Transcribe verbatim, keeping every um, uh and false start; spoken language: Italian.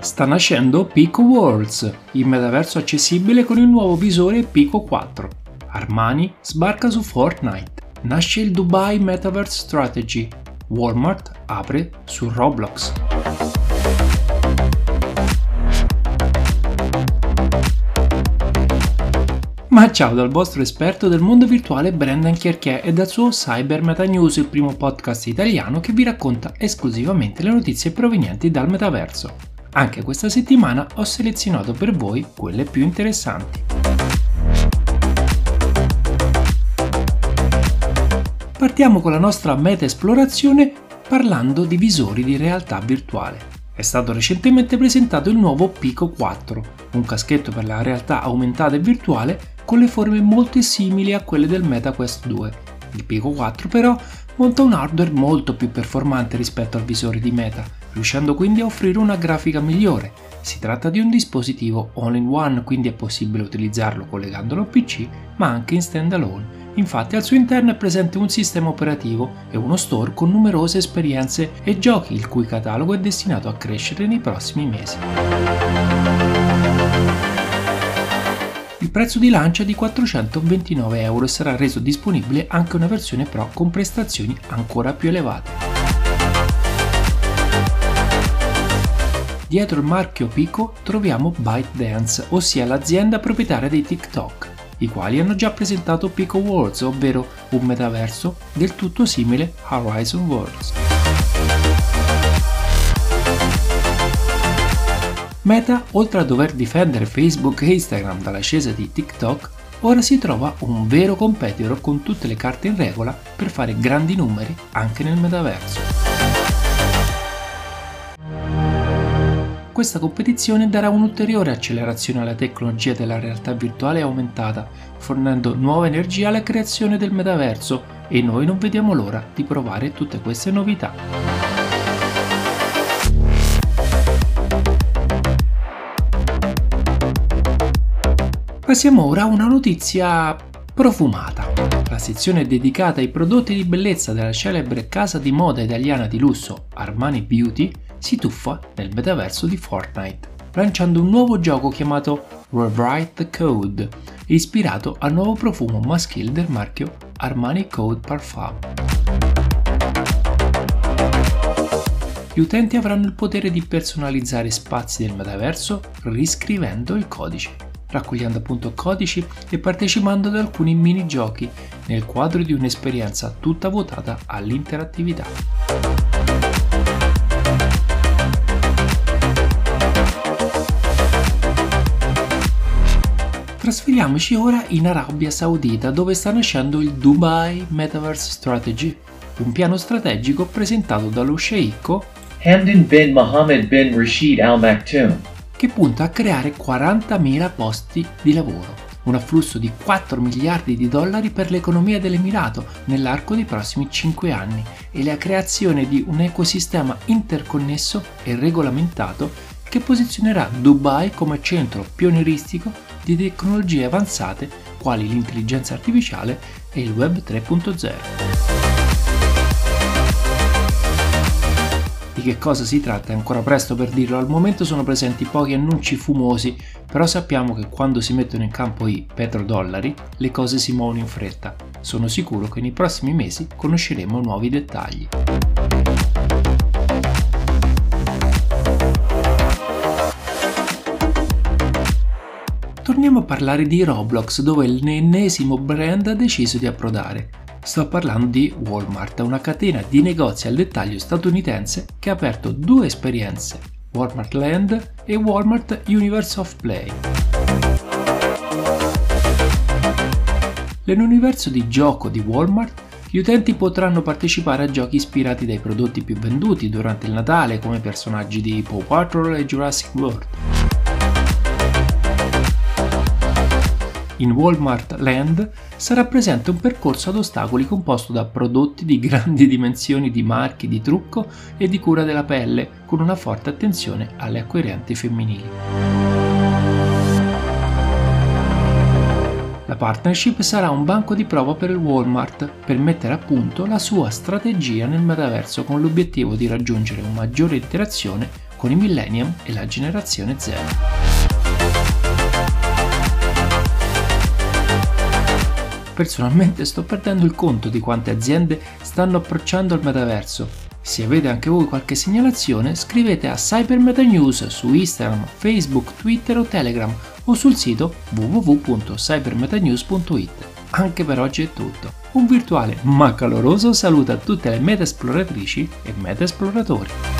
Sta nascendo Pico Worlds, il metaverso accessibile con il nuovo visore Pico quattro. Armani sbarca su Fortnite. Nasce il Dubai Metaverse Strategy. Walmart apre su Roblox. Ma ciao dal vostro esperto del mondo virtuale Brendan Chierchier e dal suo Cyber Meta News, il primo podcast italiano che vi racconta esclusivamente le notizie provenienti dal metaverso. Anche questa settimana ho selezionato per voi quelle più interessanti. Partiamo con la nostra meta esplorazione parlando di visori di realtà virtuale. È stato recentemente presentato il nuovo Pico quattro, un caschetto per la realtà aumentata e virtuale con le forme molto simili a quelle del MetaQuest due. Il Pico quattro però monta un hardware molto più performante rispetto al visore di Meta, riuscendo quindi a offrire una grafica migliore. Si tratta di un dispositivo all-in-one, quindi è possibile utilizzarlo collegandolo al P C, ma anche in standalone. Infatti al suo interno è presente un sistema operativo e uno store con numerose esperienze e giochi, il cui catalogo è destinato a crescere nei prossimi mesi. Il prezzo di lancio è di quattrocentoventinove euro e sarà reso disponibile anche una versione Pro con prestazioni ancora più elevate. Dietro il marchio Pico troviamo ByteDance, ossia l'azienda proprietaria dei TikTok, i quali hanno già presentato Pico Worlds, ovvero un metaverso del tutto simile a Horizon Worlds. Meta, oltre a dover difendere Facebook e Instagram dall'ascesa di TikTok, ora si trova un vero competitor con tutte le carte in regola per fare grandi numeri anche nel metaverso. Questa competizione darà un'ulteriore accelerazione alla tecnologia della realtà virtuale aumentata, fornendo nuova energia alla creazione del metaverso, e noi non vediamo l'ora di provare tutte queste novità. Passiamo ora a una notizia profumata. La sezione dedicata ai prodotti di bellezza della celebre casa di moda italiana di lusso Armani Beauty si tuffa nel metaverso di Fortnite, lanciando un nuovo gioco chiamato Rewrite the Code, ispirato al nuovo profumo maschile del marchio Armani Code Parfum. Gli utenti avranno il potere di personalizzare spazi del metaverso riscrivendo il codice, raccogliendo appunto codici e partecipando ad alcuni minigiochi nel quadro di un'esperienza tutta votata all'interattività. Trasferiamoci ora in Arabia Saudita, dove sta nascendo il Dubai Metaverse Strategy, un piano strategico presentato dallo sceicco Hamdan bin Mohammed bin Rashid Al Maktoum, che punta a creare quarantamila posti di lavoro, un afflusso di quattro miliardi di dollari per l'economia dell'Emirato nell'arco dei prossimi cinque anni e la creazione di un ecosistema interconnesso e regolamentato che posizionerà Dubai come centro pionieristico di tecnologie avanzate quali l'intelligenza artificiale e il Web tre punto zero. Di che cosa si tratta è ancora presto per dirlo, al momento sono presenti pochi annunci fumosi, però sappiamo che quando si mettono in campo i petrodollari le cose si muovono in fretta. Sono sicuro che nei prossimi mesi conosceremo nuovi dettagli. Torniamo a parlare di Roblox, dove l'ennesimo brand ha deciso di approdare. Sto parlando di Walmart, una catena di negozi al dettaglio statunitense che ha aperto due esperienze, Walmart Land e Walmart Universe of Play. Nell'universo di gioco di Walmart, gli utenti potranno partecipare a giochi ispirati dai prodotti più venduti durante il Natale, come personaggi di Paw Patrol e Jurassic World. In Walmart Land sarà presente un percorso ad ostacoli composto da prodotti di grandi dimensioni, di marchi di trucco e di cura della pelle, con una forte attenzione alle acquirenti femminili. La partnership sarà un banco di prova per il Walmart per mettere a punto la sua strategia nel metaverso, con l'obiettivo di raggiungere una maggiore interazione con i millennium e la generazione zero. Personalmente sto perdendo il conto di quante aziende stanno approcciando al metaverso. Se avete anche voi qualche segnalazione, scrivete a CyberMetaNews su Instagram, Facebook, Twitter o Telegram o sul sito w w w punto cybermetanews punto it. Anche per oggi è tutto. Un virtuale ma caloroso saluto a tutte le meta esploratrici e meta esploratori.